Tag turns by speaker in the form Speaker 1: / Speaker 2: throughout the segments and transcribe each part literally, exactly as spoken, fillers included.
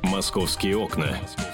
Speaker 1: «Московские окна».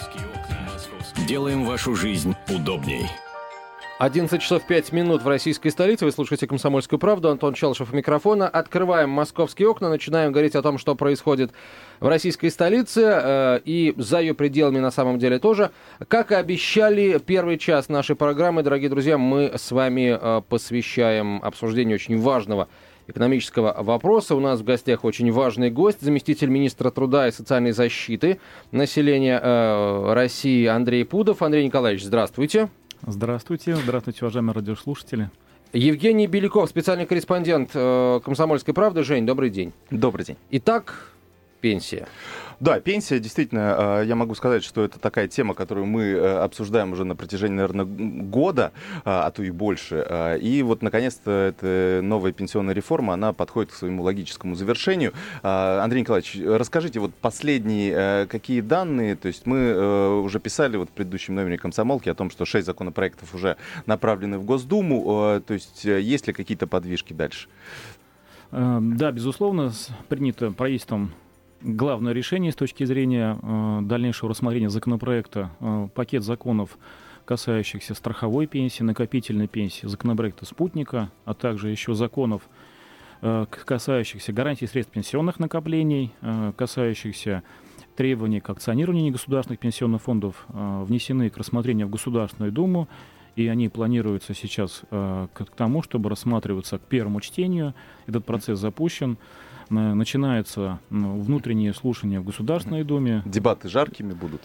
Speaker 1: Делаем вашу жизнь удобней.
Speaker 2: одиннадцать часов пять минут в российской столице. Вы слушаете «Комсомольскую правду». Антон Челышев у микрофона. Открываем «Московские окна». Начинаем говорить о том, что происходит в российской столице э, и за ее пределами на самом деле тоже. Как и обещали, первый час нашей программы, дорогие друзья, мы с вами э, посвящаем обсуждению очень важного экономического вопроса. У нас в гостях очень важный гость, заместитель министра труда и социальной защиты населения э, России Андрей Пудов. Андрей Николаевич, здравствуйте.
Speaker 3: Здравствуйте, здравствуйте, уважаемые радиослушатели.
Speaker 2: Евгений Беляков, специальный корреспондент э, «Комсомольской правды». Жень, добрый день.
Speaker 4: Добрый день.
Speaker 2: Итак, пенсия.
Speaker 4: Да, пенсия, действительно, я могу сказать, что это такая тема, которую мы обсуждаем уже на протяжении, наверное, года, а то и больше. И вот, наконец-то, эта новая пенсионная реформа, она подходит к своему логическому завершению. Андрей Николаевич, расскажите, вот последние какие данные, то есть мы уже писали вот в предыдущем номере «Комсомолки» о том, что шесть законопроектов уже направлены в Госдуму, то есть есть ли какие-то подвижки дальше?
Speaker 3: Да, безусловно, принято правительством главное решение с точки зрения э, дальнейшего рассмотрения законопроекта, э, пакет законов, касающихся страховой пенсии, накопительной пенсии, законопроекта «Спутника», а также еще законов, э, касающихся гарантии средств пенсионных накоплений, э, касающихся требований к акционированию негосударственных пенсионных фондов, э, внесены к рассмотрению в Государственную Думу, и они планируются сейчас э, к, к тому, чтобы рассматриваться к первому чтению. Этот процесс запущен. Начинается внутреннее слушание в Государственной Думе.
Speaker 4: Дебаты жаркими будут?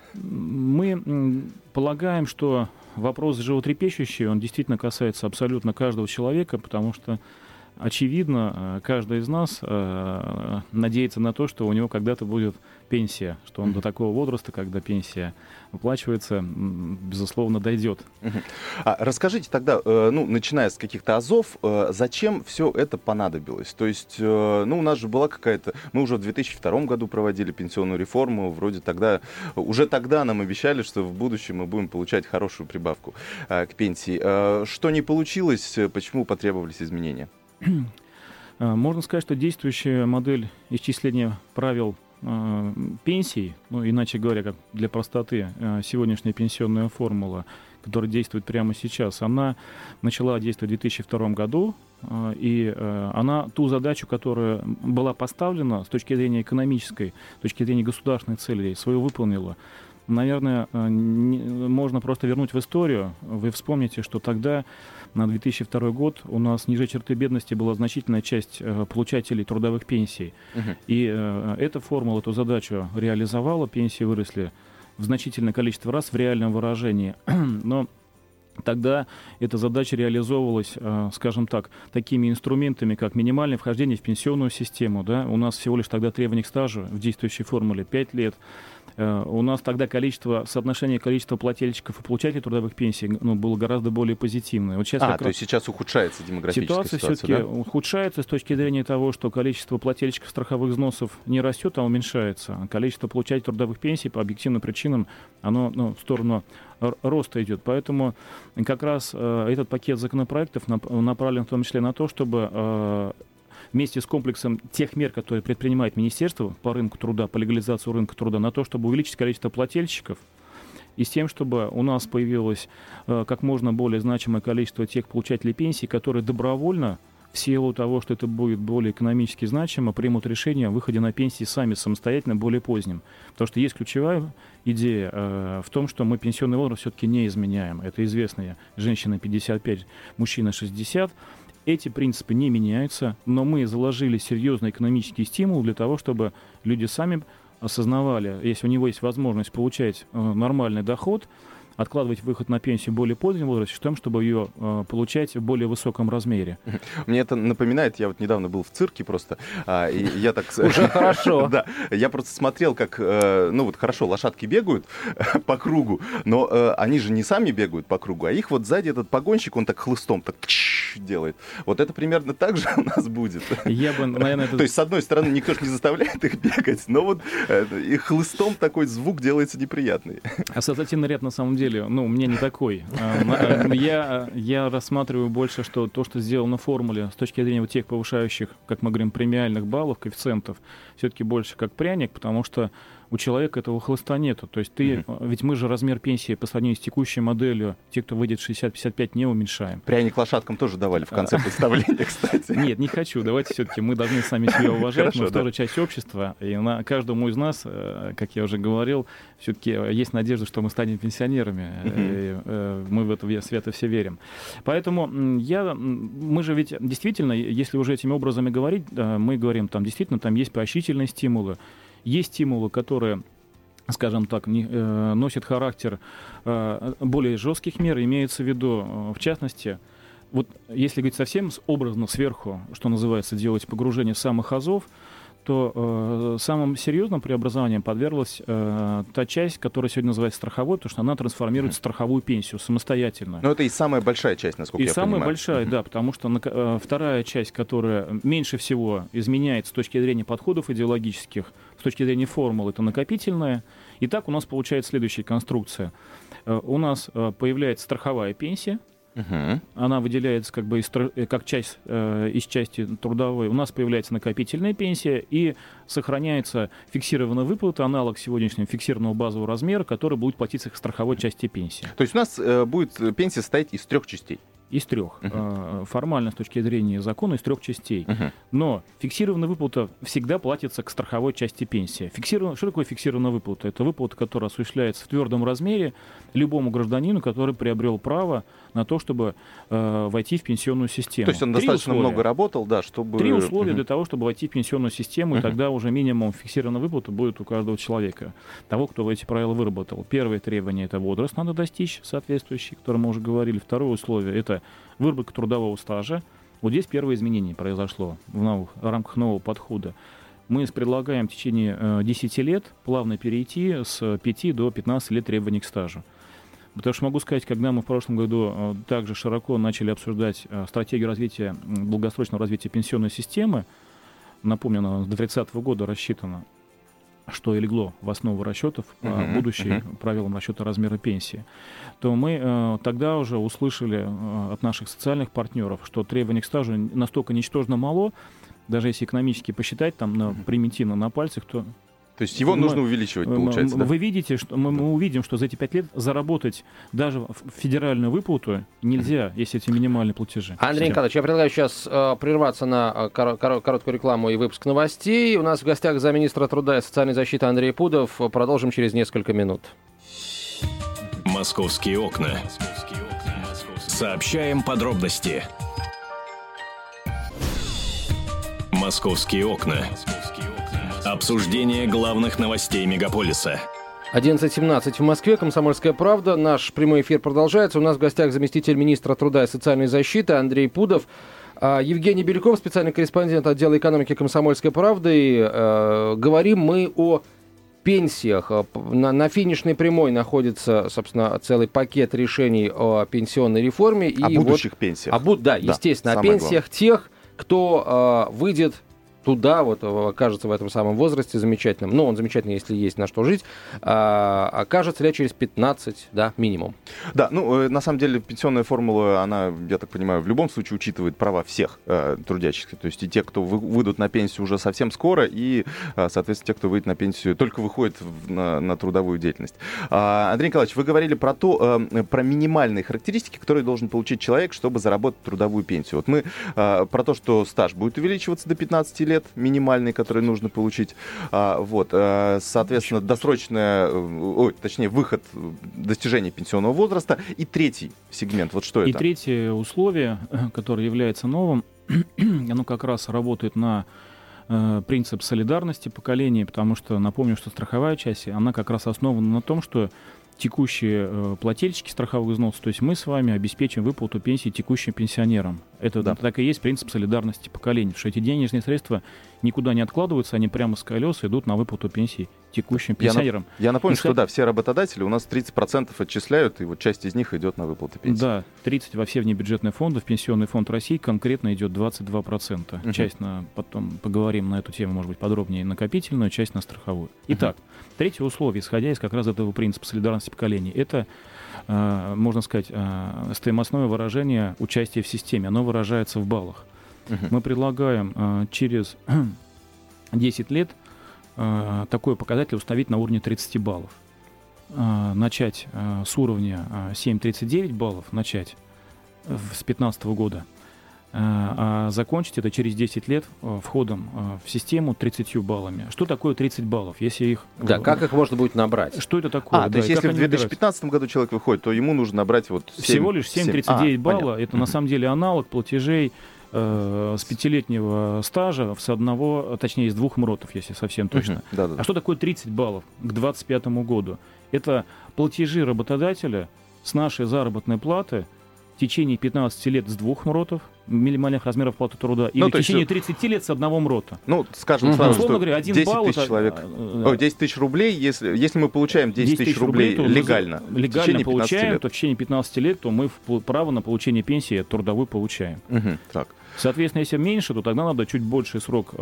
Speaker 3: Мы полагаем, что вопрос животрепещущий, он действительно касается абсолютно каждого человека, потому что, очевидно, каждый из нас э, надеется на то, что у него когда-то будет пенсия, что он mm-hmm. до такого возраста, когда пенсия выплачивается, безусловно, дойдет.
Speaker 4: Mm-hmm. А расскажите тогда, э, ну, начиная с каких-то азов, э, зачем все это понадобилось? То есть, э, ну, у нас же была какая-то... Мы уже в две тысячи втором году проводили пенсионную реформу, вроде тогда... Уже тогда нам обещали, что в будущем мы будем получать хорошую прибавку э, к пенсии. Э, что не получилось, почему потребовались изменения?
Speaker 3: Можно сказать, что действующая модель исчисления правил э, пенсий, ну, иначе говоря, как для простоты, э, сегодняшняя пенсионная формула, которая действует прямо сейчас, она начала действовать в две тысячи втором году, э, и э, она ту задачу, которая была поставлена с точки зрения экономической, с точки зрения государственных целей, свою выполнила. Наверное, можно просто вернуть в историю. Вы вспомните, что тогда, на две тысячи второй год, у нас ниже черты бедности была значительная часть получателей трудовых пенсий. Uh-huh. И эта формула, эту задачу реализовала, пенсии выросли в значительное количество раз в реальном выражении. Но тогда эта задача реализовывалась, скажем так, такими инструментами, как минимальное вхождение в пенсионную систему. Да? У нас всего лишь тогда требование к стажу в действующей формуле пять лет. У нас тогда количество, соотношение количества плательщиков и получателей трудовых пенсий, ну, было гораздо более позитивное. Вот сейчас
Speaker 4: а, то есть сейчас ухудшается демографическая
Speaker 3: ситуация.
Speaker 4: Ситуация
Speaker 3: все-таки
Speaker 4: да?
Speaker 3: ухудшается с точки зрения того, что количество плательщиков страховых взносов не растет, а уменьшается. А количество получателей трудовых пенсий по объективным причинам, оно ну, в сторону роста идет. Поэтому как раз э, этот пакет законопроектов направлен в том числе на то, чтобы... Э, вместе с комплексом тех мер, которые предпринимает Министерство по рынку труда, по легализации рынка труда, на то, чтобы увеличить количество плательщиков, и с тем, чтобы у нас появилось э, как можно более значимое количество тех получателей пенсий, которые добровольно, в силу того, что это будет более экономически значимо, примут решение о выходе на пенсии сами, самостоятельно, более поздним. Потому что есть ключевая идея э, в том, что мы пенсионный возраст все-таки не изменяем. Это известные женщины пятьдесят пять, мужчина шестьдесят. Эти принципы не меняются, но мы заложили серьезный экономический стимул для того, чтобы люди сами осознавали, если у него есть возможность получать э, нормальный доход, откладывать выход на пенсию в более позднем возрасте, с тем, чтобы ее э, получать в более высоком размере.
Speaker 4: Мне это напоминает, я вот недавно был в цирке просто, а, и я так...
Speaker 2: Уже хорошо.
Speaker 4: Да, я просто смотрел, как, ну вот хорошо, лошадки бегают по кругу, но они же не сами бегают по кругу, а их вот сзади этот погонщик, он так хлыстом так делает. Вот это примерно так же у нас будет.
Speaker 3: Я бы, наверное, это...
Speaker 4: То есть, с одной стороны, никто же не заставляет их бегать, но вот и хлыстом такой звук делается неприятный.
Speaker 3: Ассоциативный ряд, на самом деле, ну, у меня не такой. Я, я рассматриваю больше, что то, что сделано в формуле с точки зрения вот тех повышающих, как мы говорим, премиальных баллов, коэффициентов, все-таки больше как пряник, потому что у человека этого хлыста нету. То есть ты, mm-hmm. ведь мы же размер пенсии по сравнению с текущей моделью, те, кто выйдет в шестьдесят пятьдесят пять, не уменьшаем.
Speaker 4: Пряник лошадкам тоже давали в конце представления, кстати.
Speaker 3: Нет, не хочу. Давайте все-таки мы должны сами себя уважать. Мы тоже часть общества. И на каждому из нас, как я уже говорил, все-таки есть надежда, что мы станем пенсионерами. Мы в это свято все верим. Поэтому я, мы же ведь действительно, если уже этими образами говорить, мы говорим, там действительно там есть поощрительные стимулы. Есть стимулы, которые, скажем так, не, э, носят характер э, более жестких мер, имеется в виду, э, в частности, вот если говорить совсем образно сверху, что называется, делать погружение самых азов, то э, самым серьезным преобразованием подверглась э, та часть, которая сегодня называется страховой, потому что она трансформирует mm-hmm. страховую пенсию самостоятельно.
Speaker 4: Но это и самая большая часть, насколько
Speaker 3: и
Speaker 4: я
Speaker 3: самая
Speaker 4: понимаю.
Speaker 3: большая, mm-hmm. да, потому что э, вторая часть, которая меньше всего изменяется с точки зрения подходов идеологических, с точки зрения формул, это накопительная. И так у нас получается следующая конструкция. Э, у нас э, появляется страховая пенсия. Uh-huh. Она выделяется как бы из, как часть э, из части трудовой. У нас появляется накопительная пенсия и сохраняется фиксированная выплата, аналог сегодняшнего фиксированного базового размера, который будет платиться к страховой части пенсии.
Speaker 4: То есть у нас э, будет пенсия состоять из трех частей?
Speaker 3: Из трех. Uh-huh. Формально, с точки зрения закона, из трех частей.
Speaker 4: Uh-huh.
Speaker 3: Но фиксированная выплата всегда платится к страховой части пенсии. Фиксиров... Что такое фиксированная выплата? Это выплата, которая осуществляется в твердом размере любому гражданину, который приобрел право на то, чтобы э, войти в пенсионную систему.
Speaker 4: То есть он
Speaker 3: Три
Speaker 4: достаточно
Speaker 3: условия.
Speaker 4: много работал, да, чтобы...
Speaker 3: Три условия uh-huh. для того, чтобы войти в пенсионную систему, uh-huh. и тогда уже минимум фиксированная выплата будет у каждого человека, того, кто эти правила выработал. Первое требование — это возраст надо достичь соответствующий, о котором мы уже говорили. Второе условие — это выработка трудового стажа. Вот здесь первое изменение произошло в, новых, в рамках нового подхода. Мы предлагаем в течение э, десяти лет плавно перейти с пяти до пятнадцати лет требований к стажу. Потому что могу сказать, когда мы в прошлом году э, также широко начали обсуждать э, стратегию развития, долгосрочного развития пенсионной системы, напомню, она до тридцатого года рассчитана, что и легло в основу расчетов uh-huh, будущей uh-huh. правилам расчета размера пенсии, то мы э, тогда уже услышали э, от наших социальных партнеров, что требование к стажу настолько ничтожно мало, даже если экономически посчитать, там, на, примитивно на пальцах, то...
Speaker 4: То есть его мы, нужно увеличивать, получается,
Speaker 3: мы,
Speaker 4: да?
Speaker 3: Вы видите, что мы, мы увидим, что за эти пять лет заработать даже в федеральную выплату нельзя, mm-hmm. если эти минимальные платежи.
Speaker 2: Андрей Николаевич, я предлагаю сейчас э, прерваться на э, кор- кор- короткую рекламу и выпуск новостей. У нас в гостях замминистра труда и социальной защиты Андрей Пудов. Продолжим через несколько минут.
Speaker 1: Московские окна. Сообщаем подробности. Московские окна. Обсуждение главных новостей мегаполиса.
Speaker 2: одиннадцать семнадцать в Москве. «Комсомольская правда». Наш прямой эфир продолжается. У нас в гостях заместитель министра труда и социальной защиты Андрей Пудов. Евгений Беляков, специальный корреспондент отдела экономики «Комсомольской правды». Э, говорим мы о пенсиях. На, на финишной прямой находится, собственно, целый пакет решений о пенсионной реформе.
Speaker 4: О
Speaker 2: и
Speaker 4: будущих
Speaker 2: вот,
Speaker 4: пенсиях.
Speaker 2: О, да, естественно,
Speaker 4: да,
Speaker 2: о пенсиях главное. Тех, кто э, выйдет туда, вот окажется в этом самом возрасте замечательном, ну, он замечательный, если есть на что жить, а, окажется лет через пятнадцать, да, минимум.
Speaker 4: Да, ну, на самом деле, пенсионная формула, она, я так понимаю, в любом случае учитывает права всех э, трудящихся, то есть и те, кто вы, выйдут на пенсию уже совсем скоро, и, э, соответственно, те, кто выйдет на пенсию, только выходит в, на, на трудовую деятельность. А, Андрей Николаевич, вы говорили про то, э, про минимальные характеристики, которые должен получить человек, чтобы заработать трудовую пенсию. Вот мы э, про то, что стаж будет увеличиваться до пятнадцати лет, минимальный, который нужно получить. А, вот, а, соответственно, досрочное, ой, точнее, выход, достижение пенсионного возраста. И третий сегмент, вот что
Speaker 3: и
Speaker 4: это? И
Speaker 3: третье условие, которое является новым, оно как раз работает на э, принцип солидарности поколений, потому что, напомню, что страховая часть, она как раз основана на том, что текущие э, плательщики страховых взносов, то есть мы с вами обеспечим выплату пенсии текущим пенсионерам. Это да. так и есть принцип солидарности поколений, потому что эти денежные средства никуда не откладываются, они прямо с колес идут на выплату пенсии текущим пенсионерам.
Speaker 4: Я, я напомню,
Speaker 3: и,
Speaker 4: что да, все работодатели у нас тридцать процентов отчисляют, и вот часть из них идет на выплаты пенсии.
Speaker 3: Да, тридцать процентов во все внебюджетные фонды, в Пенсионный фонд России конкретно идет двадцать два процента. Uh-huh. Часть на, потом поговорим на эту тему, может быть, подробнее, накопительную, часть на страховую. Итак, uh-huh. третье условие, исходя из как раз этого принципа солидарности поколений, это, э, можно сказать, э, стоимостное выражение участия в системе. Оно выражается в баллах. Uh-huh. Мы предлагаем э, через десять лет э, такой показатель установить на уровне тридцать баллов. Э, начать э, с уровня э, семь тридцать девять баллов, начать э, с две тысячи пятнадцатого года, э, а закончить это через десять лет э, входом э, в систему тридцатью баллами. Что такое тридцать баллов? Если их...
Speaker 2: Да, как их можно будет набрать?
Speaker 3: Что это такое?
Speaker 4: А,
Speaker 3: да,
Speaker 4: то есть если в две тысячи пятнадцатом году человек выходит, то ему нужно набрать вот семь,
Speaker 3: всего лишь семь тридцать девять
Speaker 4: А,
Speaker 3: балла.
Speaker 4: понятно.
Speaker 3: Это на самом деле аналог платежей э, с пятилетнего стажа с одного, точнее, из двух МРОТов, если совсем точно.
Speaker 4: Мгм. Да, да, да.
Speaker 3: А что такое тридцать баллов к двадцать пятому году? Это платежи работодателя с нашей заработной платы в течение пятнадцати лет с двух МРОТов, минимальных размеров платы труда, или
Speaker 4: Ну,
Speaker 3: в
Speaker 4: то есть,
Speaker 3: течение тридцати лет с одного МРОТа.
Speaker 4: Ну, скажем
Speaker 2: Мгм.
Speaker 4: сразу,
Speaker 3: Условно
Speaker 4: что
Speaker 3: говоря, один
Speaker 4: десять
Speaker 3: балл
Speaker 4: тысяч
Speaker 3: это,
Speaker 4: человек,
Speaker 3: э,
Speaker 4: о, десять тысяч рублей, если, если мы получаем десять тысяч рублей
Speaker 3: то мы
Speaker 4: легально,
Speaker 3: за-
Speaker 4: в
Speaker 3: легально
Speaker 4: течение пятнадцати
Speaker 3: получаем,
Speaker 4: лет.
Speaker 3: то в течение пятнадцати лет, то мы в- право на получение пенсии трудовой получаем.
Speaker 4: Мгм. Так.
Speaker 3: Соответственно, если меньше, то тогда надо чуть больший срок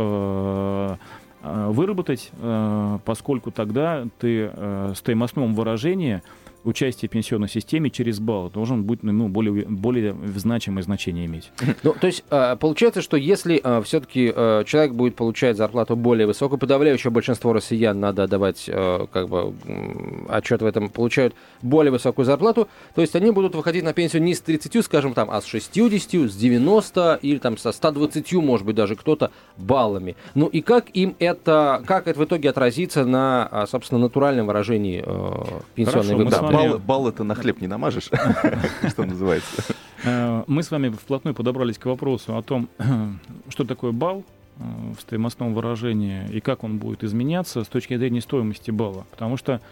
Speaker 3: э, э, выработать, э, поскольку тогда ты э, в стоимостном выражении участие в пенсионной системе через балл должен быть ну, более, более значимое значение иметь.
Speaker 2: Ну, то есть, э, получается, что если э, все-таки э, человек будет получать зарплату более высокую, подавляющее большинство россиян, надо давать э, как бы м, отчет в этом, получают более высокую зарплату, то есть они будут выходить на пенсию не с тридцатью, скажем, там, а с шестьюдесятью, с девяноста или там со ста двадцатью, может быть, даже кто-то баллами. Ну и как им это, как это в итоге отразится на, а, собственно, натуральном выражении э, пенсионной
Speaker 3: Хорошо, мы
Speaker 2: выплаты?
Speaker 3: с
Speaker 4: Да,
Speaker 3: вами-
Speaker 4: балл, балл это на хлеб не намажешь, что называется.
Speaker 3: Э, Мы с вами вплотную подобрались к вопросу о том, что такое балл э, в стоимостном выражении и как он будет изменяться с точки зрения стоимости балла. Потому что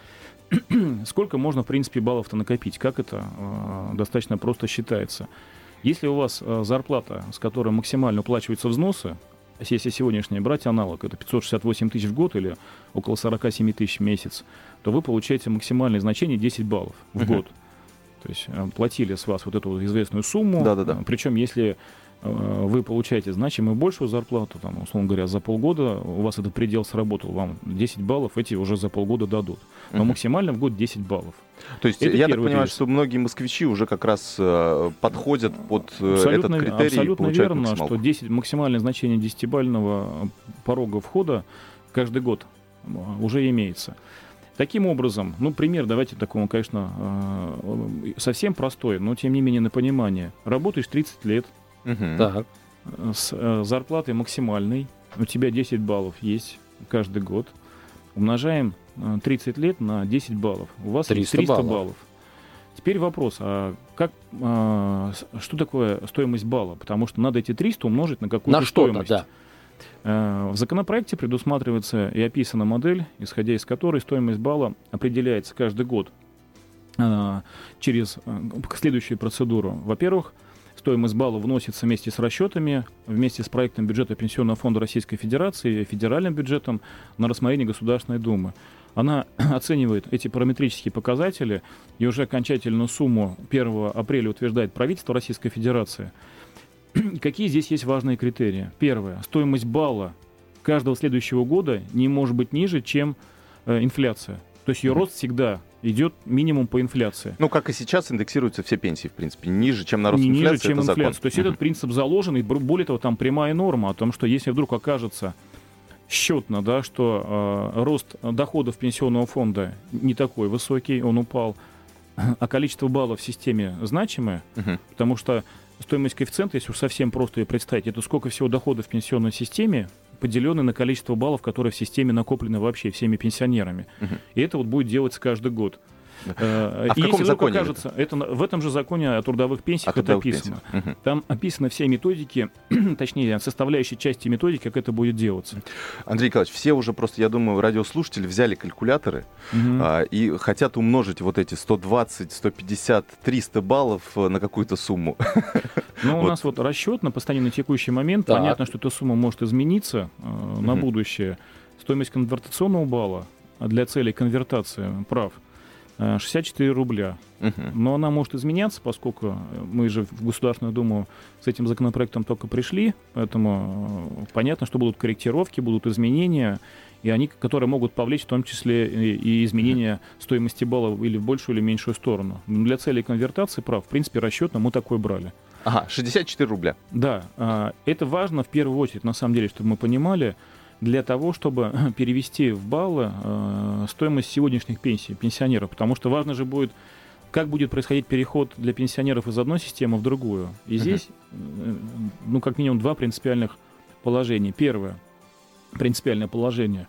Speaker 3: сколько можно, в принципе, баллов-то накопить? Как это э, достаточно просто считается? Если у вас э, зарплата, с которой максимально уплачиваются взносы, если сегодняшний брать аналог, это пятьсот шестьдесят восемь тысяч в год или около сорок семь тысяч в месяц, то вы получаете максимальное значение десять баллов в
Speaker 4: Мгм.
Speaker 3: год. То есть э, платили с вас вот эту вот известную сумму.
Speaker 4: Да-да-да.
Speaker 3: Э, Причем, если э, вы получаете значимую большую зарплату, там, условно говоря, за полгода, у вас этот предел сработал, вам десять баллов эти уже за полгода дадут. Но
Speaker 4: Мгм.
Speaker 3: максимально в год десять баллов.
Speaker 4: То есть
Speaker 3: Это
Speaker 4: я так
Speaker 3: первый
Speaker 4: понимаю,
Speaker 3: тезис.
Speaker 4: что многие москвичи уже как раз э, подходят под э,
Speaker 3: Абсолютно,
Speaker 4: этот критерий и
Speaker 3: абсолютно
Speaker 4: получают
Speaker 3: верно,
Speaker 4: максималку.
Speaker 3: что десять, максимальное значение десятибалльного порога входа каждый год э, уже имеется. Таким образом, ну, пример, давайте такому, конечно, э, совсем простой, но тем не менее на понимание. Работаешь тридцать лет
Speaker 4: Мгм.
Speaker 2: Так.
Speaker 3: э, с э, зарплатой максимальной, у тебя десять баллов есть каждый год, умножаем э, тридцать лет на десять баллов, у вас есть
Speaker 2: триста
Speaker 3: триста
Speaker 2: баллов.
Speaker 3: баллов. Теперь вопрос, а как, а, с- что такое стоимость балла? Потому что надо эти триста умножить на какую-то
Speaker 2: На что-то,
Speaker 3: стоимость.
Speaker 2: да.
Speaker 3: Э, В законопроекте предусматривается и описана модель, исходя из которой стоимость балла определяется каждый год э, через э, следующую процедуру. Во-первых, стоимость балла вносится вместе с расчетами, вместе с проектом бюджета Пенсионного фонда Российской Федерации и федеральным бюджетом на рассмотрение Государственной Думы. Она оценивает эти параметрические показатели, и уже окончательную сумму первого апреля утверждает правительство Российской Федерации. Какие здесь есть важные критерии? Первое. Стоимость балла каждого следующего года не может быть ниже, чем э, инфляция. То есть ее рост всегда идет минимум по инфляции.
Speaker 4: Ну, как и сейчас индексируются все пенсии, в принципе, ниже, чем на рост
Speaker 3: Не
Speaker 4: инфляции,
Speaker 3: ниже, чем
Speaker 4: это закон.
Speaker 3: инфляция. То есть
Speaker 4: Мгм.
Speaker 3: этот принцип заложен, и бр- более того, там прямая норма о том, что если вдруг окажется счетно, да, что э, рост доходов пенсионного фонда не такой высокий, он упал, а количество баллов в системе значимое,
Speaker 4: Мгм.
Speaker 3: потому что стоимость коэффициента, если уж совсем просто ее представить, это сколько всего доходов в пенсионной системе, поделенное на количество баллов, которые в системе накоплены вообще всеми пенсионерами.
Speaker 4: Мгм.
Speaker 3: И это вот будет делаться каждый год. Э,
Speaker 4: А в
Speaker 3: и
Speaker 4: каком
Speaker 3: если вдруг
Speaker 4: законе
Speaker 3: окажется, это на- в этом же законе о трудовых пенсиях
Speaker 4: О
Speaker 3: это
Speaker 4: трудовых
Speaker 3: описано.
Speaker 4: пенсиях. Мгм.
Speaker 3: Там описаны все методики, точнее, составляющие части методики, как это будет делаться.
Speaker 4: Андрей Николаевич, все уже просто, я думаю, радиослушатели взяли калькуляторы
Speaker 3: Мгм.
Speaker 4: а, и хотят умножить вот эти сто двадцать, сто пятьдесят, триста баллов э, на какую-то сумму.
Speaker 3: Но у
Speaker 4: вот.
Speaker 3: нас вот расчет на постоянный текущий момент.
Speaker 2: Так.
Speaker 3: Понятно, что эта сумма может измениться э, на
Speaker 4: Мгм.
Speaker 3: будущее. Стоимость конвертационного балла для целей конвертации прав э, шестьдесят четыре рубля.
Speaker 4: Мгм.
Speaker 3: Но она может изменяться, поскольку мы же в Государственную Думу с этим законопроектом только пришли, поэтому э, понятно, что будут корректировки, будут изменения, и они, которые могут повлечь в том числе и, и изменения стоимости баллов или в большую или меньшую сторону. Но для целей конвертации прав, в принципе, расчетно мы такой брали.
Speaker 4: Ага, шестьдесят четыре рубля.
Speaker 3: Да, а, это важно в первую очередь, на самом деле, чтобы мы понимали, для того, чтобы перевести в баллы э, стоимость сегодняшних пенсий пенсионеров. Потому что важно же будет, как будет происходить переход для пенсионеров из одной системы в другую. И uh-huh. здесь, э, ну, как минимум, два принципиальных положения. Первое принципиальное положение.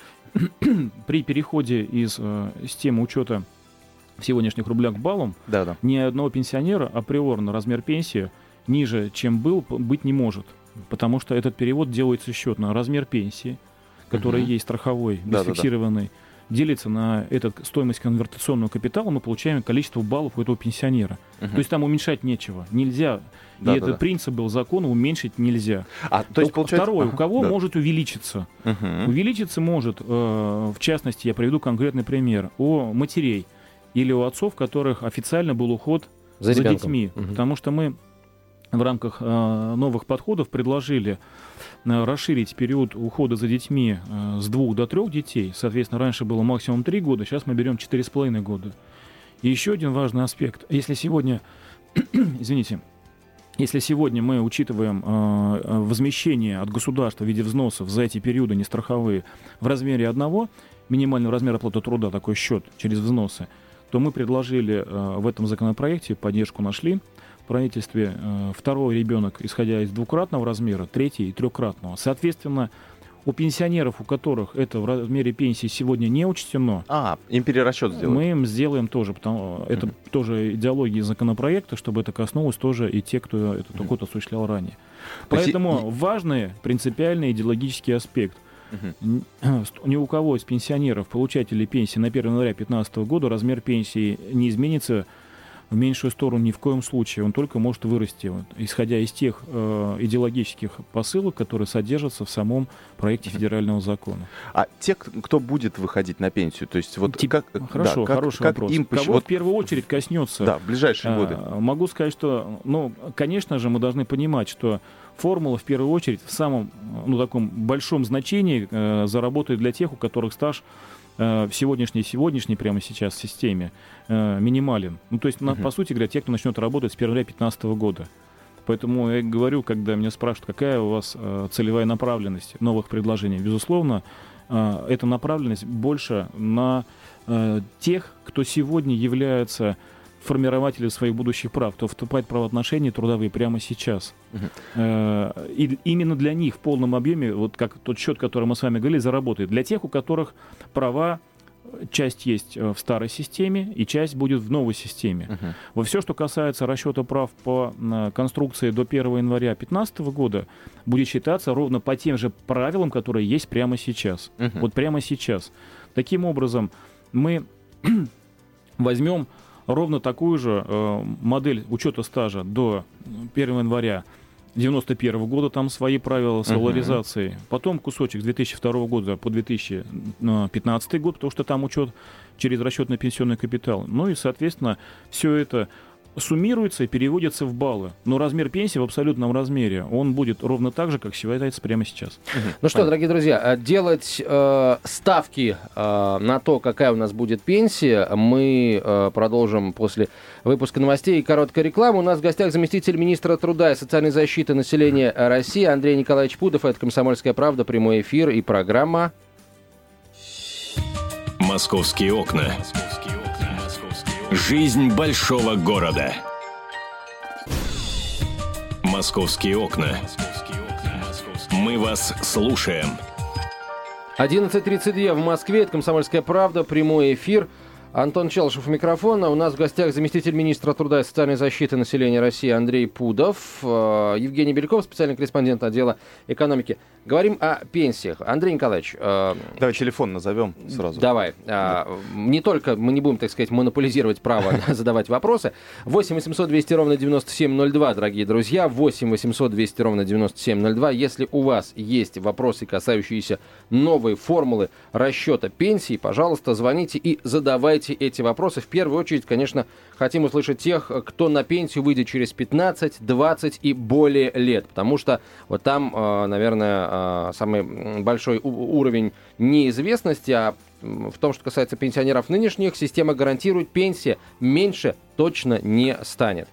Speaker 3: При переходе из э, системы учета в сегодняшних рублях к баллам Да-да. ни одного пенсионера априорно размер пенсии ниже, чем был, быть не может. Потому что этот перевод делается счет на размер пенсии, который uh-huh. есть страховой, бесфиксированный, Да-да-да. делится на этот стоимость конвертационного капитала, мы получаем количество баллов у этого пенсионера. Uh-huh. То есть там уменьшать нечего. Нельзя. Да, и да, этот да. принцип был закона, уменьшить нельзя. А, то есть, получается... Второе, ага, у кого да. может увеличиться? Uh-huh. Увеличиться может, э, в частности, я приведу конкретный пример, у матерей или у отцов, у которых официально был уход за, за детьми. Uh-huh. Потому что мы в рамках э, новых подходов предложили э, расширить период ухода за детьми э, с двух до трех детей. Соответственно, раньше было максимум три года, сейчас мы берем четыре с половиной года. И еще один важный аспект. Если сегодня, извините, если сегодня мы учитываем э, возмещение от государства в виде взносов за эти периоды нестраховые в размере одного минимального размера оплаты труда, такой счет через взносы, то мы предложили э, в этом законопроекте, поддержку нашли, в правительстве э, второй ребенок, исходя из двукратного размера, третий и трехкратного. Соответственно, у пенсионеров, у которых это в размере пенсии сегодня не учтено,
Speaker 4: а, им перерасчет сделать.
Speaker 3: Мы им сделаем тоже, потому mm-hmm. это тоже идеология законопроекта, чтобы это коснулось тоже и те, кто этот уход mm-hmm. осуществлял ранее. Поэтому Поси... важный принципиальный идеологический аспект. Uh-huh. Ни у кого из пенсионеров, получателей пенсии на первое января две тысячи пятнадцатого года размер пенсии не изменится в меньшую сторону ни в коем случае. Он только может вырасти, вот, исходя из тех э, идеологических посылок, которые содержатся в самом проекте федерального закона.
Speaker 4: А те, кто будет выходить на пенсию, то есть вот
Speaker 3: Тип...
Speaker 4: как,
Speaker 3: Хорошо,
Speaker 4: да,
Speaker 3: хороший
Speaker 4: как,
Speaker 3: вопрос.
Speaker 4: Как им...
Speaker 3: Кого
Speaker 4: вот...
Speaker 3: в первую очередь коснется?
Speaker 4: Да, в ближайшие
Speaker 3: э,
Speaker 4: годы.
Speaker 3: Могу сказать, что, ну, конечно же, мы должны понимать, что формула в первую очередь в самом, ну, таком большом значении э, заработает для тех, у которых стаж в сегодняшней, сегодняшней прямо сейчас в системе э, минимален. Ну, то есть, uh-huh. на, по сути говоря, те, кто начнет работать с первого января две тысячи пятнадцатого года. Поэтому я говорю, когда меня спрашивают, какая у вас э, целевая направленность новых предложений, безусловно, э, эта направленность больше на э, тех, кто сегодня является формирователем своих будущих прав, кто вступает в правоотношения трудовые прямо сейчас. Uh-huh. И именно для них в полном объеме, вот как тот счет, который мы с вами говорили, заработает. Для тех, у которых права, часть есть в старой системе, и часть будет в новой системе. Uh-huh. Во все, что касается расчета прав по конструкции до первого января две тысячи пятнадцатого года, будет считаться ровно по тем же правилам, которые есть прямо сейчас. Uh-huh. Вот прямо сейчас. Таким образом, мы возьмем ровно такую же э, модель учета стажа до первого января девяносто первого года, там свои правила с валоризацией. Uh-huh. Потом кусочек с две тысячи второго года по две тысячи пятнадцатый год, потому что там учет через расчетный пенсионный капитал. Ну и, соответственно, все это суммируется и переводится в баллы. Но размер пенсии в абсолютном размере, он будет ровно так же, как считается прямо сейчас.
Speaker 2: Угу. Ну что, дорогие друзья, делать э, ставки э, на то, какая у нас будет пенсия, мы э, продолжим после выпуска новостей и короткой рекламы. У нас в гостях заместитель министра труда и социальной защиты населения России Андрей Николаевич Пудов. Это «Комсомольская правда», прямой эфир и программа
Speaker 1: «Московские окна». Жизнь большого города. «Московские окна». Мы вас слушаем.
Speaker 2: одиннадцать тридцать два в Москве. Это «Комсомольская правда», прямой эфир. Антон Челышев у микрофона. У нас в гостях заместитель министра труда и социальной защиты населения России Андрей Пудов, Евгений Беляков, специальный корреспондент отдела экономики. Говорим о пенсиях. Андрей Николаевич...
Speaker 4: Давай телефон назовем сразу.
Speaker 2: Давай. Да. Не только мы не будем, так сказать, монополизировать право задавать вопросы. восемь восемьсот двести ровно девяносто семь ноль два, дорогие друзья. восемь восемьсот двести ровно девяносто семь ноль два. Если у вас есть вопросы, касающиеся новой формулы расчета пенсии, пожалуйста, звоните и задавайте эти вопросы. В первую очередь, конечно, хотим услышать тех, кто на пенсию выйдет через пятнадцать, двадцать и более лет. Потому что вот там, наверное, самый большой уровень неизвестности, а в том, что касается пенсионеров нынешних, система гарантирует, пенсия меньше точно не станет.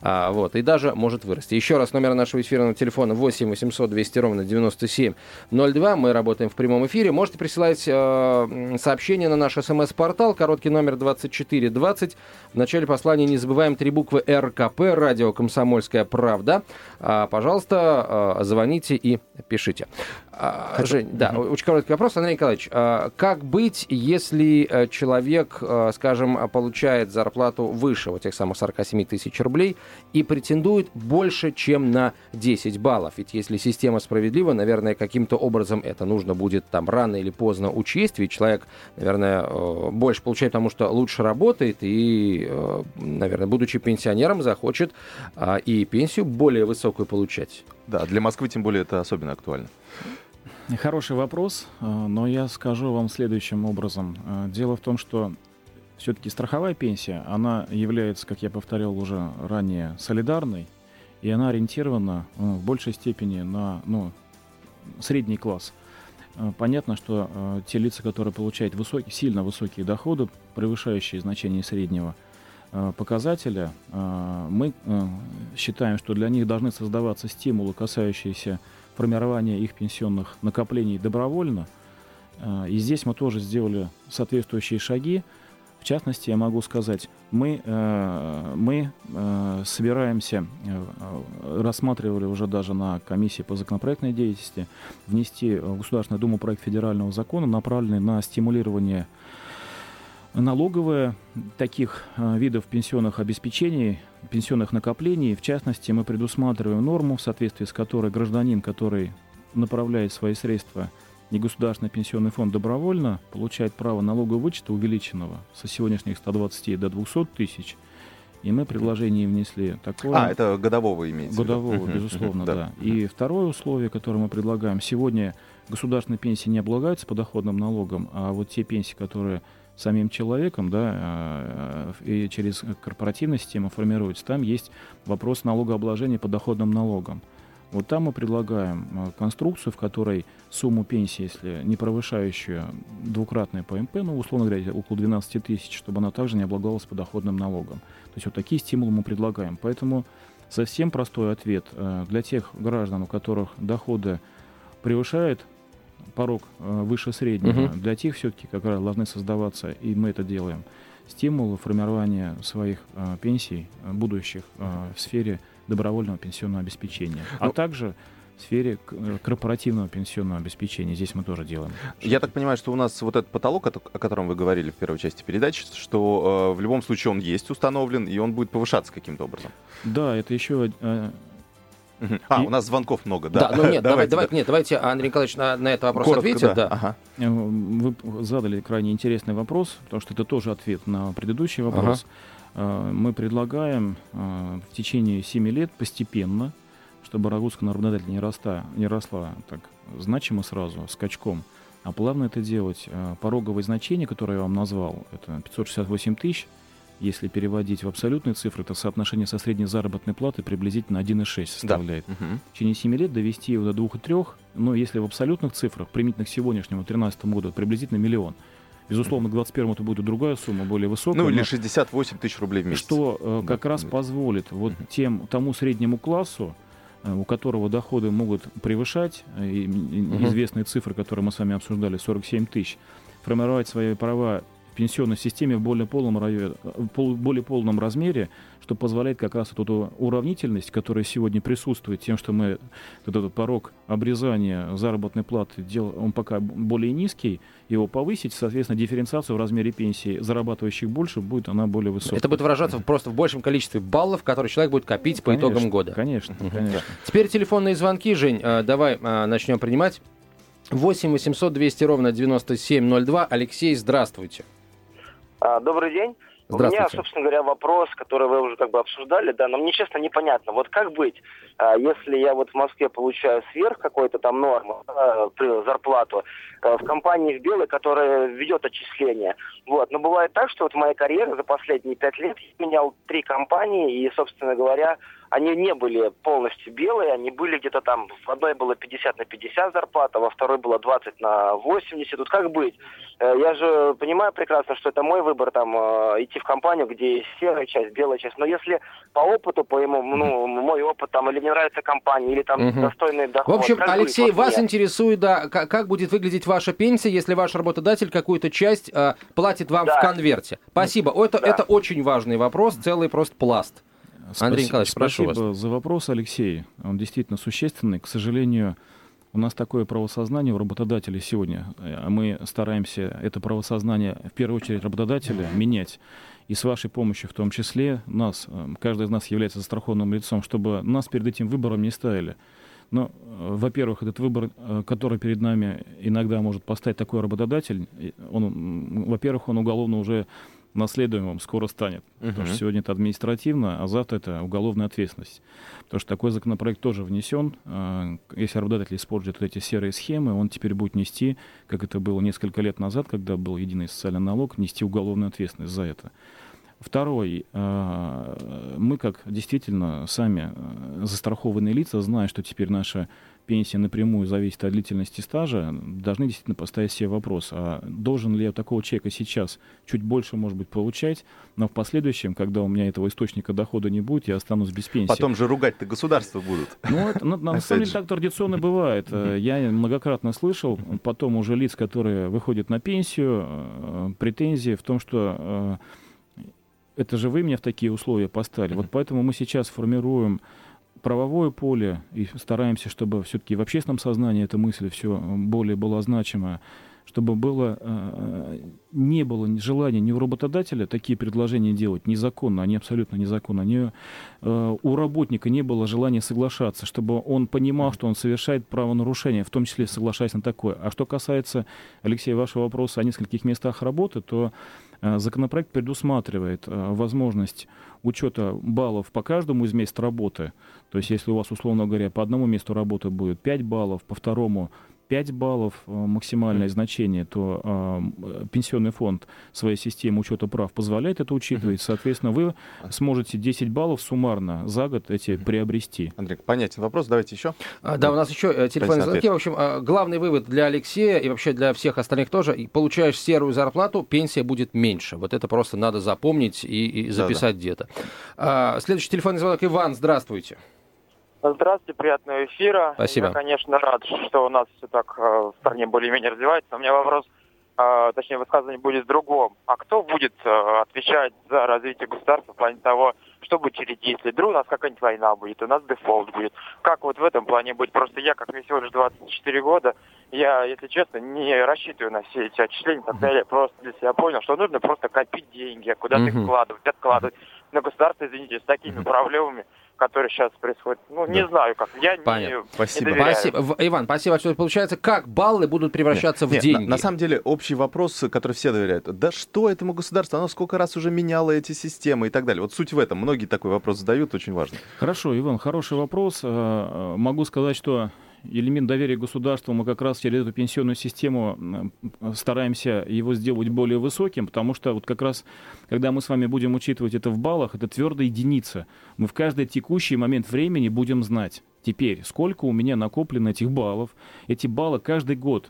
Speaker 2: А, вот, и даже может вырасти. Еще раз, номер нашего эфирного телефона восемь восемьсот двести ровно девяносто семь ноль два. Мы работаем в прямом эфире. Можете присылать э, сообщения на наш смс-портал, короткий номер двадцать четыре двадцать. В начале послания не забываем три буквы эр ка пэ, радио «Комсомольская правда». А, пожалуйста, э, звоните и пишите. А,
Speaker 4: Хочу...
Speaker 2: Жень, да, угу. Очень короткий вопрос. Андрей Николаевич, а, как быть, если человек, а, скажем, получает зарплату выше вот тех самых сорок семь тысяч рублей и претендует больше, чем на десять баллов? Ведь если система справедлива, наверное, каким-то образом это нужно будет там рано или поздно учесть, ведь человек, наверное, больше получает, потому что лучше работает и, наверное, будучи пенсионером, захочет и пенсию более высокую получать.
Speaker 4: Да, для Москвы тем более это особенно актуально.
Speaker 3: Хороший вопрос, но я скажу вам следующим образом. Дело в том, что все-таки страховая пенсия, она является, как я повторял уже ранее, солидарной, и она ориентирована в большей степени на ну, средний класс. Понятно, что те лица, которые получают высокие, сильно высокие доходы, превышающие значение среднего показателя, мы считаем, что для них должны создаваться стимулы, касающиеся формирования их пенсионных накоплений добровольно. И здесь мы тоже сделали соответствующие шаги. В частности, я могу сказать, мы, мы собираемся, рассматривали уже даже на комиссии по законопроектной деятельности, внести в Государственную Думу проект федерального закона, направленный на стимулирование налоговые таких э, видов пенсионных обеспечений, пенсионных накоплений. В частности, мы предусматриваем норму, в соответствии с которой гражданин, который направляет свои средства в негосударственный пенсионный фонд добровольно, получает право налогового вычета увеличенного со сегодняшних ста двадцати до двухсот тысяч. И мы предложение внесли такое.
Speaker 4: А, это годового имеется?
Speaker 3: Годового, безусловно, да. И второе условие, которое мы предлагаем. Сегодня государственные пенсии не облагаются подоходным налогом, а вот те пенсии, которые самим человеком, да, и через корпоративную систему формируется, там есть вопрос налогообложения подоходным налогом. Вот там мы предлагаем конструкцию, в которой сумму пенсии, если не превышающую двукратное пэ эм пэ, ну, условно говоря, около двенадцати тысяч, чтобы она также не облагалась подоходным налогом. То есть вот такие стимулы мы предлагаем. Поэтому совсем простой ответ для тех граждан, у которых доходы превышают порог э, выше среднего, uh-huh. для тех все-таки как раз должны создаваться, и мы это делаем, стимулы формирования своих э, пенсий э, будущих э, в сфере добровольного пенсионного обеспечения, ну, а также в сфере корпоративного пенсионного обеспечения. Здесь мы тоже делаем.
Speaker 4: Я так понимаю, что у нас вот этот потолок, о котором вы говорили в первой части передачи, что э, в любом случае он есть установлен, и он будет повышаться каким-то образом.
Speaker 3: Да, это еще... Э,
Speaker 4: А,
Speaker 3: и...
Speaker 4: у нас звонков много, да.
Speaker 2: Да, ну нет, давайте, давай, да. нет, давайте Андрей Николаевич на, на этот вопрос
Speaker 4: Коротко,
Speaker 2: ответит.
Speaker 4: Да.
Speaker 2: Да.
Speaker 4: Ага.
Speaker 3: Вы задали крайне интересный вопрос, потому что это тоже ответ на предыдущий вопрос. Ага. Мы предлагаем в течение семи лет постепенно, чтобы Рогозская народодатель не росла, не росла так значимо сразу, скачком, а плавно это делать. Пороговое значение, которое я вам назвал, это пятьсот шестьдесят восемь тысяч. Если переводить в абсолютные цифры, то соотношение со средней заработной платой приблизительно один и шесть составляет. Да. Угу. В течение семи лет довести его до двух и трёх, но если в абсолютных цифрах, применительно к сегодняшнему две тысячи тринадцатому году, приблизительно миллион. Безусловно, к две тысячи двадцать первому это будет другая сумма, более высокая.
Speaker 4: Ну или шестьдесят восемь тысяч рублей в месяц.
Speaker 3: Что э, как да, раз да. позволит вот угу. тем, тому среднему классу, э, у которого доходы могут превышать э, угу. известные цифры, которые мы с вами обсуждали, сорок семь тысяч, формировать свои права в пенсионной системе в более полном, районе, в более полном размере, что позволяет как раз эту уравнительность, которая сегодня присутствует, тем, что мы этот порог обрезания заработной платы, дел, он пока более низкий, его повысить, соответственно, дифференциацию в размере пенсии зарабатывающих больше, будет она более высокой.
Speaker 2: Это будет выражаться просто в большем количестве баллов, которые человек будет копить по
Speaker 3: конечно,
Speaker 2: итогам года.
Speaker 3: Конечно, угу. конечно.
Speaker 2: Теперь телефонные звонки, Жень, давай начнем принимать. восемь восемьсот двести ровно девяносто семь ноль два. Алексей, здравствуйте.
Speaker 5: Добрый день. У меня, собственно говоря, вопрос, который вы уже как бы обсуждали, да, но мне честно непонятно, вот как быть, если я вот в Москве получаю сверх какой-то там нормы, зарплату, в компании в белой, которая ведет отчисления. Вот. Но бывает так, что вот в моей карьере за последние пять лет я менял три компании, и, собственно говоря, они не были полностью белые, они были где-то там, в одной было пятьдесят на пятьдесят зарплата, во второй было двадцать на восемьдесят. Тут как быть? Я же понимаю прекрасно, что это мой выбор, там, идти в компанию, где есть серая часть, белая часть. Но если по опыту, по ему, ну, мой опыт, там, или мне нравится компания, или там угу. достойный доход.
Speaker 2: В общем, Алексей,
Speaker 5: быть?
Speaker 2: вас
Speaker 5: Вот
Speaker 2: интересует, да, как, как будет выглядеть ваша пенсия, если ваш работодатель какую-то часть э, платит вам
Speaker 5: да.
Speaker 2: в конверте? Спасибо. Это, да. это очень важный вопрос, целый просто пласт. Андрей Николаевич, прошу вас.
Speaker 3: Спасибо за вопрос, Алексей. Он действительно существенный. К сожалению, у нас такое правосознание у работодателей сегодня. Мы стараемся это правосознание, в первую очередь, работодателя менять. И с вашей помощью в том числе, нас, каждый из нас является застрахованным лицом, чтобы нас перед этим выбором не ставили. Но, во-первых, этот выбор, который перед нами иногда может поставить такой работодатель, он, во-первых, он уголовно уже наследуемым скоро станет. Uh-huh. Потому что сегодня это административно, а завтра это уголовная ответственность. Потому что такой законопроект тоже внесен. Если работодатель использует эти серые схемы, он теперь будет нести, как это было несколько лет назад, когда был единый социальный налог, нести уголовную ответственность за это. Второй, мы, как действительно сами застрахованные лица, зная, что теперь наша пенсия напрямую зависит от длительности стажа, должны действительно поставить себе вопрос, а должен ли я такого человека сейчас чуть больше, может быть, получать, но в последующем, когда у меня этого источника дохода не будет, я останусь без пенсии.
Speaker 4: Потом же ругать-то государство будут.
Speaker 3: Ну, это, ну на самом деле так традиционно бывает. Я многократно слышал, потом уже лиц, которые выходят на пенсию, претензии в том, что это же вы меня в такие условия поставили. Вот поэтому мы сейчас формируем правовое поле и стараемся, чтобы все-таки в общественном сознании эта мысль все более была значима, чтобы было, не было желания ни у работодателя такие предложения делать незаконно, они абсолютно незаконно, ни у работника не было желания соглашаться, чтобы он понимал, что он совершает правонарушение, в том числе соглашаясь на такое. А что касается, Алексей, вашего вопроса о нескольких местах работы, то законопроект предусматривает возможность учета баллов по каждому из мест работы. То есть если у вас, условно говоря, по одному месту работы будет пять баллов, по второму пять баллов максимальное значение, то э, пенсионный фонд своей системы учета прав позволяет это учитывать. Соответственно, вы сможете десять баллов суммарно за год эти приобрести.
Speaker 4: Андрей, понятен вопрос. Давайте еще.
Speaker 2: А, да, у нас еще телефонные звонки. В общем, главный вывод для Алексея и вообще для всех остальных тоже. Получаешь серую зарплату, пенсия будет меньше. Вот это просто надо запомнить и, и записать да, да. где-то. А, следующий телефонный звонок. Иван, здравствуйте.
Speaker 6: Здравствуйте, приятного эфира.
Speaker 2: Спасибо.
Speaker 6: Я, конечно, рад, что у нас все так э, в стране более-менее развивается. Но у меня вопрос, э, точнее, высказывание будет в другом. А кто будет э, отвечать за развитие государства в плане того, что будет через десять лет? Вдруг у нас какая-нибудь война будет, у нас дефолт будет. Как вот в этом плане будет? Просто я, как мне всего лишь двадцать четыре года, я, если честно, не рассчитываю на все эти отчисления и так далее. Просто для себя понял, что нужно просто копить деньги, куда-то их вкладывать, откладывать. Но государство, извините, с такими проблемами, которые сейчас происходят. Ну, не да. знаю как. Я
Speaker 2: Понятно.
Speaker 6: не,
Speaker 2: спасибо.
Speaker 6: не доверяю.
Speaker 2: Спасибо. Иван, спасибо. Что получается, как баллы будут превращаться нет, в
Speaker 4: нет,
Speaker 2: деньги?
Speaker 4: На, на самом деле, общий вопрос, который все доверяют. Да что этому государству? Оно сколько раз уже меняло эти системы и так далее. Вот суть в этом. Многие такой вопрос задают, очень важно.
Speaker 3: Хорошо, Иван, хороший вопрос. Могу сказать, что элемент доверия к государству мы как раз через эту пенсионную систему стараемся его сделать более высоким, потому что вот как раз, когда мы с вами будем учитывать это в баллах, это твердая единица. Мы в каждый текущий момент времени будем знать теперь, сколько у меня накоплено этих баллов. Эти баллы каждый год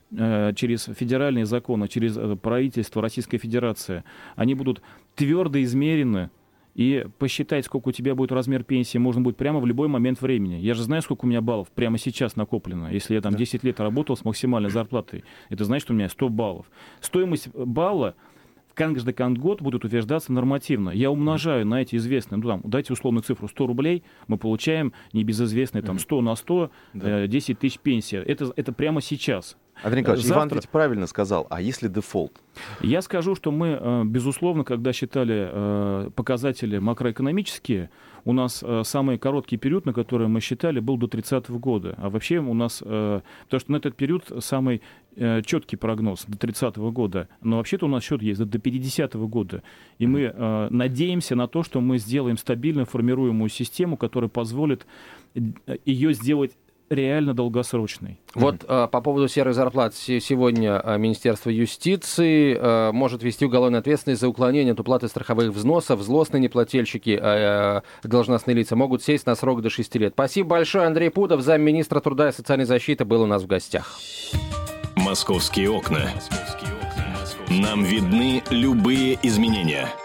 Speaker 3: через федеральные законы, через правительство Российской Федерации, они будут твердо измерены. И посчитать, сколько у тебя будет размер пенсии, можно будет прямо в любой момент времени. Я же знаю, сколько у меня баллов прямо сейчас накоплено. Если я там десять лет работал с максимальной зарплатой, это значит, что у меня сто баллов. Стоимость балла в каждый год будет утверждаться нормативно. Я умножаю на эти известные, ну там, дайте условную цифру сто рублей, мы получаем небезызвестные там сто на сто, да. десять тысяч пенсии. Это, это прямо сейчас.
Speaker 4: Андрей Николаевич, Завтра... Иван ведь правильно сказал, а если дефолт?
Speaker 3: Я скажу, что мы, безусловно, когда считали показатели макроэкономические, у нас самый короткий период, на который мы считали, был до тридцатого года. А вообще у нас, потому что на этот период самый четкий прогноз до тридцатого года, но вообще-то у нас счет есть до пятидесятого года. И мы надеемся на то, что мы сделаем стабильно формируемую систему, которая позволит ее сделать реально долгосрочный.
Speaker 2: Вот mm-hmm. по поводу серых зарплат. Сегодня Министерство юстиции может ввести уголовную ответственность за уклонение от уплаты страховых взносов. Злостные неплательщики, должностные лица, могут сесть на срок до шести лет. Спасибо большое. Андрей Путов, замминистра труда и социальной защиты, был у нас в гостях.
Speaker 1: «Московские окна». Нам видны любые изменения.